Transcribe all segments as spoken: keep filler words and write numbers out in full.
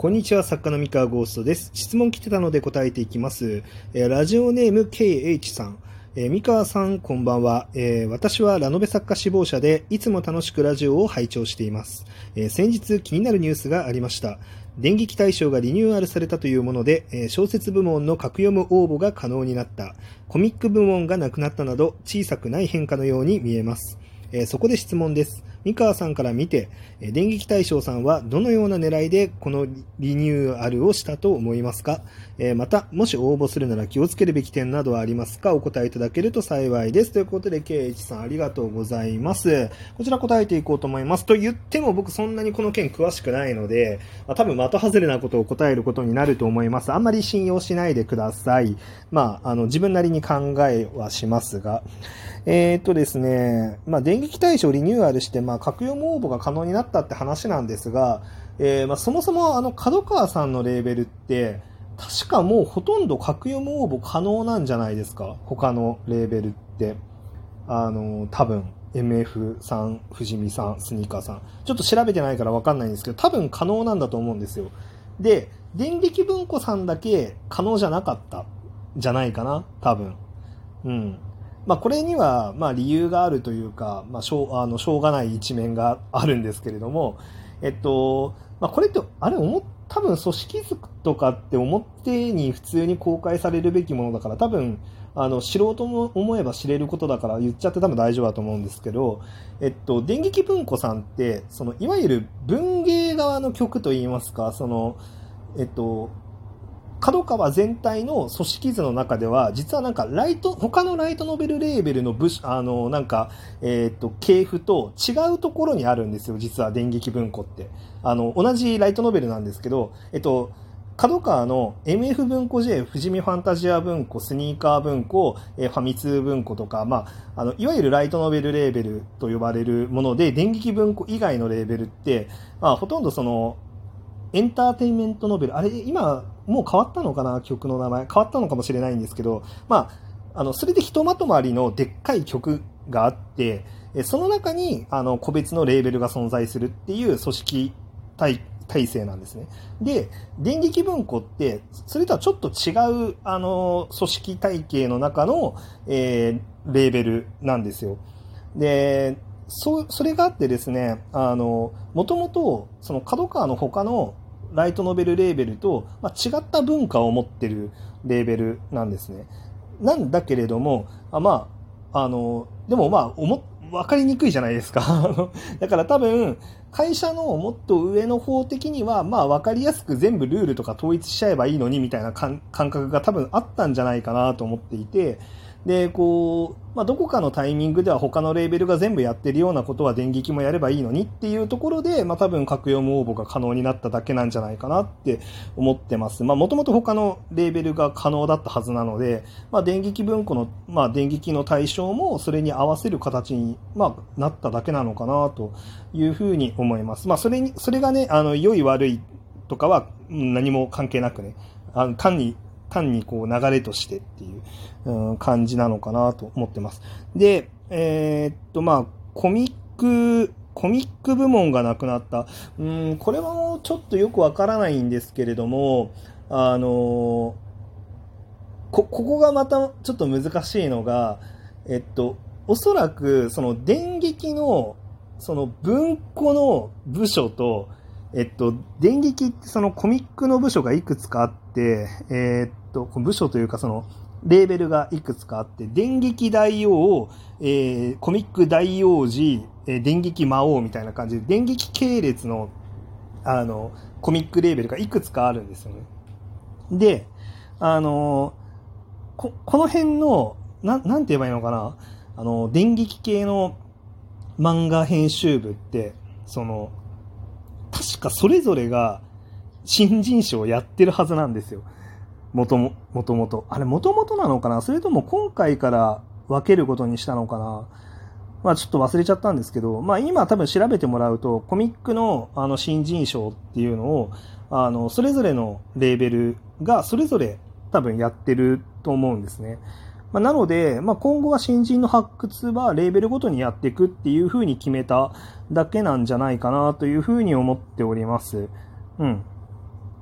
こんにちは、作家の三河ゴーストです。質問来てたので答えていきます。えー、ラジオネーム ケーエイチ さん。えー、三河さん、こんばんは、えー。私はラノベ作家志望者で、いつも楽しくラジオを拝聴しています。えー、先日気になるニュースがありました。電撃大賞がリニューアルされたというもので、えー、小説部門の格読む応募が可能になった。コミック部門がなくなったなど、小さくない変化のように見えます。えー、そこで質問です。三河さんから見て、えー、電撃大将さんはどのような狙いでこのリニューアルをしたと思いますか？えー、また、もし応募するなら気をつけるべき点などはありますか？お答えいただけると幸いです。ということで、ケーエイチ さんありがとうございます。こちら答えていこうと思います。と言っても僕そんなにこの件詳しくないので、まあ、多分的外れなことを答えることになると思います。あんまり信用しないでください。まあ、あの、自分なりに考えはしますが、えーっとですね、まあ、電撃大賞リニューアルして、まあ、格読む応募が可能になったって話なんですが、えー、まあ、そもそもあの、角川さんのレーベルって、確かもうほとんど格読む応募可能なんじゃないですか？他のレーベルって。あの、多分、エムエフ さん、藤見さん、スニーカーさん。ちょっと調べてないからわかんないんですけど、多分可能なんだと思うんですよ。で、電撃文庫さんだけ可能じゃなかった。じゃないかな？多分。うん。まあ、これには、まあ、理由があるというか、まあ、しょう、あの、しょうがない一面があるんですけれども、えっと、まあ、これって、あれ、思っ多分組織図とかって表に普通に公開されるべきものだから、多分、あの、知ろうと思えば知れることだから言っちゃって多分大丈夫だと思うんですけど、えっと、電撃文庫さんって、その、いわゆる文芸側の曲といいますか、その、えっと、角川全体の組織図の中では、実はなんかライト、他のライトノベルレーベルの部、あの、なんか、えっと、系譜と違うところにあるんですよ、実は電撃文庫って。あの、同じライトノベルなんですけど、えっと、角川の エムエフ 文庫 J、富士見ファンタジア文庫、スニーカー文庫、えファミ通文庫とか、まあ、あの、いわゆるライトノベルレーベルと呼ばれるもので、電撃文庫以外のレーベルって、まあ、ほとんどその、エンターテインメントノベル、あれ、今、もう変わったのかな、曲の名前。変わったのかもしれないんですけど、まあ、あの、それでひとまとまりのでっかい曲があって、その中に、あの、個別のレーベルが存在するっていう組織体、体制なんですね。で、電撃文庫って、それとはちょっと違う、あの、組織体系の中の、えー、レーベルなんですよ。で、そ、それがあってですね、あの、もともと、その角川の他のライトノベルレーベルと、まあ、違った文化を持ってるレーベルなんですね。なんだけれども、あまあ、あの、でもまあ、おも、わかりにくいじゃないですか。だから多分、会社のもっと上の方的には、まあわかりやすく全部ルールとか統一しちゃえばいいのにみたいな感覚が多分あったんじゃないかなと思っていて、で、こう、まあ、どこかのタイミングでは他のレーベルが全部やってるようなことは電撃もやればいいのにっていうところで、まあ、多分格読む応募が可能になっただけなんじゃないかなって思ってます。まあ、もともと他のレーベルが可能だったはずなので、まあ、電撃文庫の、まあ、電撃の対象もそれに合わせる形に、まあ、なっただけなのかなというふうに思います。まあ、それに、それがね、あの、良い悪いとかは何も関係なくね、あの単に単にこう流れとしてっていう、うん、感じなのかなと思ってます。で、えー、っと、まあ、コミック、コミック部門がなくなった。うん、これはもうちょっとよくわからないんですけれども、あの、こ、ここがまたちょっと難しいのが、えっと、おそらく、その電撃の、その文庫の部署と、えっと、電撃ってそのコミックの部署がいくつかあって、えー、っと、部署というかその、レーベルがいくつかあって、電撃大王、えー、コミック大王子、えー、電撃魔王みたいな感じで、電撃系列の、あの、コミックレーベルがいくつかあるんですよね。で、あの、こ、この辺の、な、なんて言えばいいのかな、あの、電撃系の漫画編集部って、その、確かそれぞれが新人賞をやってるはずなんですよ。もとも、もともと。あれ、もともとなのかな？それとも今回から分けることにしたのかな？まあちょっと忘れちゃったんですけど、まあ今多分調べてもらうと、コミックのあの新人賞っていうのを、あの、それぞれのレーベルがそれぞれ多分やってると思うんですね。まあ、なので、まあ、今後は新人の発掘はレーベルごとにやっていくっていう風に決めただけなんじゃないかなという風に思っております。うん。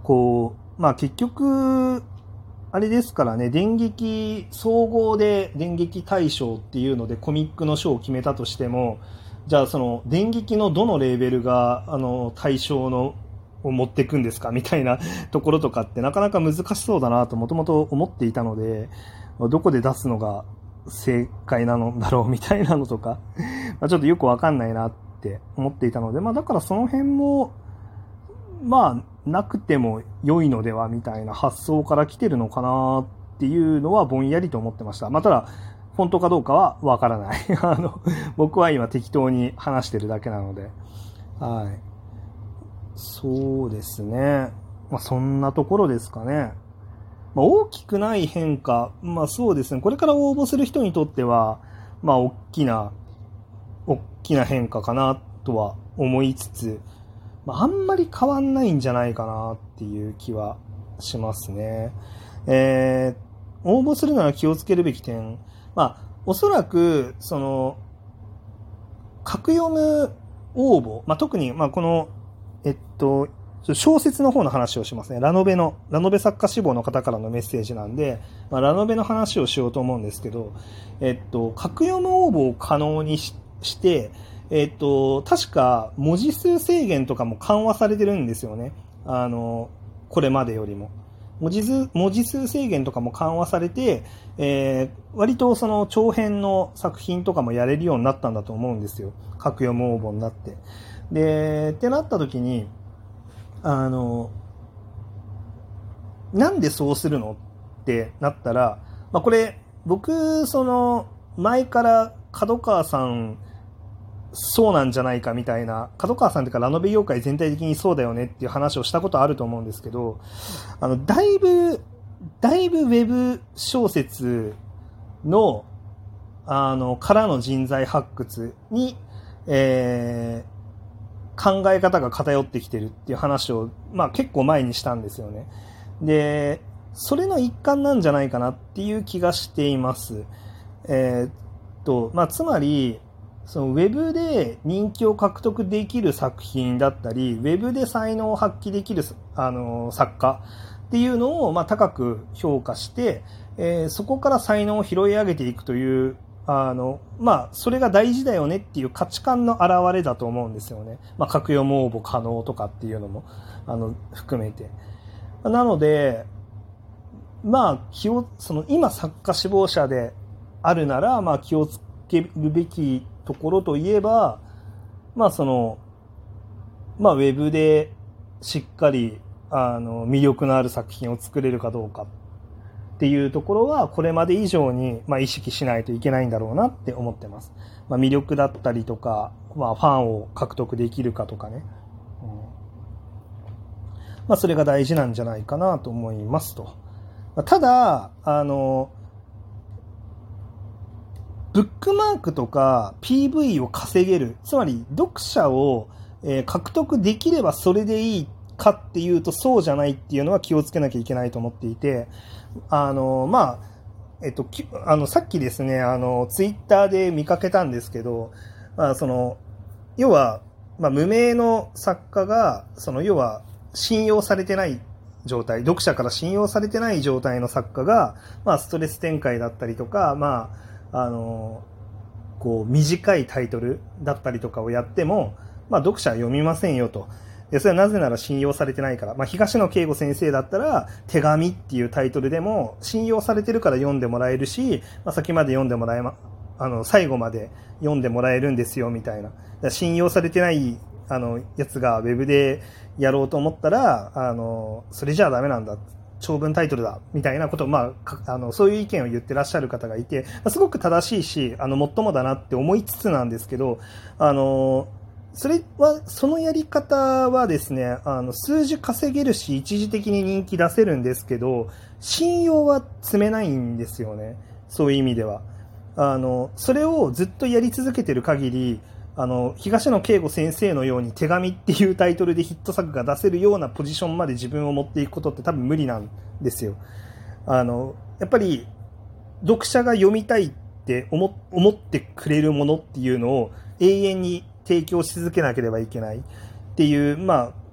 こう、まあ結局、あれですからね、電撃、総合で電撃大賞っていうのでコミックの賞を決めたとしても、じゃあその電撃のどのレーベルがあの大賞のを持っていくんですかみたいなところとかってなかなか難しそうだなともともと思っていたので、どこで出すのが正解なのだろうみたいなのとかちょっとよくわかんないなって思っていたので、まあだからその辺もまあなくても良いのではみたいな発想から来てるのかなっていうのはぼんやりと思ってました。まあただ本当かどうかはわからないあの僕は今適当に話してるだけなので、はい、そうですね。まあそんなところですかね。まあ、大きくない変化、まあそうですね。これから応募する人にとっては、まあ大きな大きな変化かなとは思いつつ、まあ、あんまり変わんないんじゃないかなっていう気はしますね。えー、応募するなら気をつけるべき点、まあおそらくその格読む応募、まあ、特にまあこのえっと小説の方の話をしますね。ラノベのラノベ作家志望の方からのメッセージなんで、まあ、ラノベの話をしようと思うんですけど、えっと格読む応募を可能に し, して、えっと確か文字数制限とかも緩和されてるんですよね。あのこれまでよりも。文字数、文字数制限とかも緩和されて、えー、割とその長編の作品とかもやれるようになったんだと思うんですよ。格読む応募になって。で、ってなった時に、あの、なんでそうするのってなったら、まあこれ、僕、その、前から角川さん、そうなんじゃないかみたいな、角川さんというかラノベ業界全体的にそうだよねっていう話をしたことあると思うんですけど、あのだいぶだいぶウェブ小説のあのからの人材発掘に、えー、考え方が偏ってきてるっていう話を、まあ、結構前にしたんですよね。でそれの一環なんじゃないかなっていう気がしています。えー、っとまあつまりそのウェブで人気を獲得できる作品だったり、ウェブで才能を発揮できるあの作家っていうのをまあ高く評価して、えー、そこから才能を拾い上げていくというあの、まあ、それが大事だよねっていう価値観の表れだと思うんですよね。まあ、格読む応募可能とかっていうのもあの含めて。なので、まあ、気をその今作家志望者であるなら、まあ、気をつけるべきところといえば、まあその、まあウェブでしっかりあの魅力のある作品を作れるかどうかっていうところはこれまで以上にまあ意識しないといけないんだろうなって思ってます。まあ魅力だったりとか、まあファンを獲得できるかとかね。うん、まあそれが大事なんじゃないかなと思いますと。ただ、あの、ブックマークとか ピーブイ を稼げる、つまり読者を、えー、獲得できればそれでいいかっていうとそうじゃないっていうのは気をつけなきゃいけないと思っていて、あのまあえっとあのさっきですね、あのツイッターで見かけたんですけど、まあその要は、まあ、無名の作家がその要は信用されてない状態、読者から信用されてない状態の作家が、まあ、ストレス展開だったりとか、まああのこう短いタイトルだったりとかをやっても、まあ、読者は読みませんよと。でそれはなぜなら信用されてないから。まあ、東野圭吾先生だったら手紙っていうタイトルでも信用されてるから読んでもらえるし、まあ、先まで読んでもらえまあの最後まで読んでもらえるんですよみたいな。だ信用されてないあのやつがウェブでやろうと思ったら、あのそれじゃあダメなんだ、長文タイトルだみたいなことを、まあ、あのそういう意見を言ってらっしゃる方がいて、まあ、すごく正しいし、あのもっともだなって思いつつなんですけど、あのそれはそのやり方はですね、あの数字稼げるし一時的に人気出せるんですけど、信用は積めないんですよね。そういう意味では、あのそれをずっとやり続けてる限り、あの東野圭吾先生のように手紙っていうタイトルでヒット作が出せるようなポジションまで自分を持っていくことって多分無理なんですよ。あのやっぱり読者が読みたいって思、思ってくれるものっていうのを永遠に提供し続けなければいけないっていう、まあ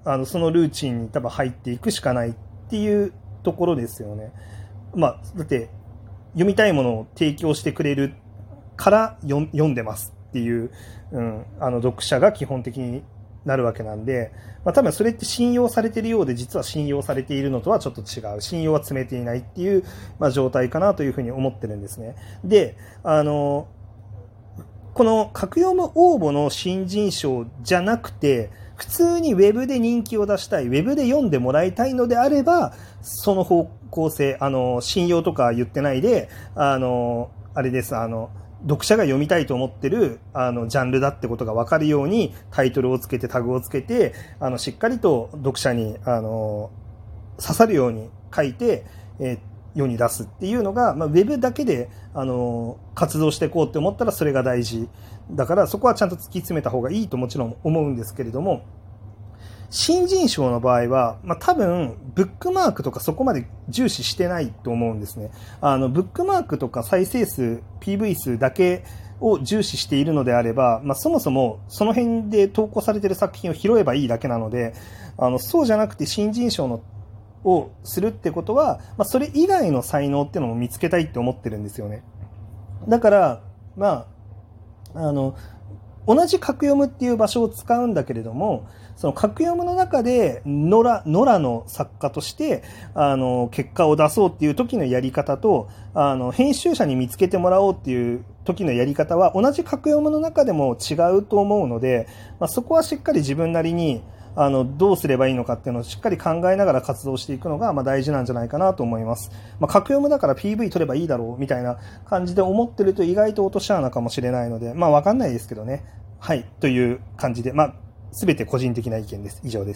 あのそのルーチンに多分入っていくしかないっていうところですよね。まあ、だって読みたいものを提供してくれるから読んでますっていう、うん、あの読者が基本的になるわけなんで、まあ、多分それって信用されているようで実は信用されているのとはちょっと違う、信用は積めていないっていう、まあ、状態かなというふうに思ってるんですね。で、あのこの格読む応募の新人賞じゃなくて、普通にウェブで人気を出したい、ウェブで読んでもらいたいのであれば、その方向性、あの信用とか言ってないで、あのあれです、あの読者が読みたいと思ってるあのジャンルだってことが分かるようにタイトルをつけてタグをつけて、あのしっかりと読者にあの刺さるように書いて、えー世に出すっていうのが、まあ、ウェブだけであの活動していこうって思ったらそれが大事だから、そこはちゃんと突き詰めた方がいいともちろん思うんですけれども、新人賞の場合は、まあ、多分ブックマークとかそこまで重視してないと思うんですね。あのブックマークとか再生数 ピーブイ 数だけを重視しているのであれば、まあ、そもそもその辺で投稿されている作品を拾えばいいだけなので、あのそうじゃなくて新人賞のをするってことは、まあ、それ以外の才能っていうのも見つけたいって思ってるんですよね。だから、まあ、あの同じ格読むっていう場所を使うんだけれども、その格読むの中で野良、野良の作家としてあの結果を出そうっていう時のやり方と、あの編集者に見つけてもらおうっていう時のやり方は同じ格読むの中でも違うと思うので、まあ、そこはしっかり自分なりにあのどうすればいいのかっていうのをしっかり考えながら活動していくのがまあ大事なんじゃないかなと思います。まあ、格読むだから ピーブイ 取ればいいだろうみたいな感じで思ってると意外と落とし穴かもしれないので、まあわかんないですけどね。はい、という感じで、まあ全て個人的な意見です。以上です。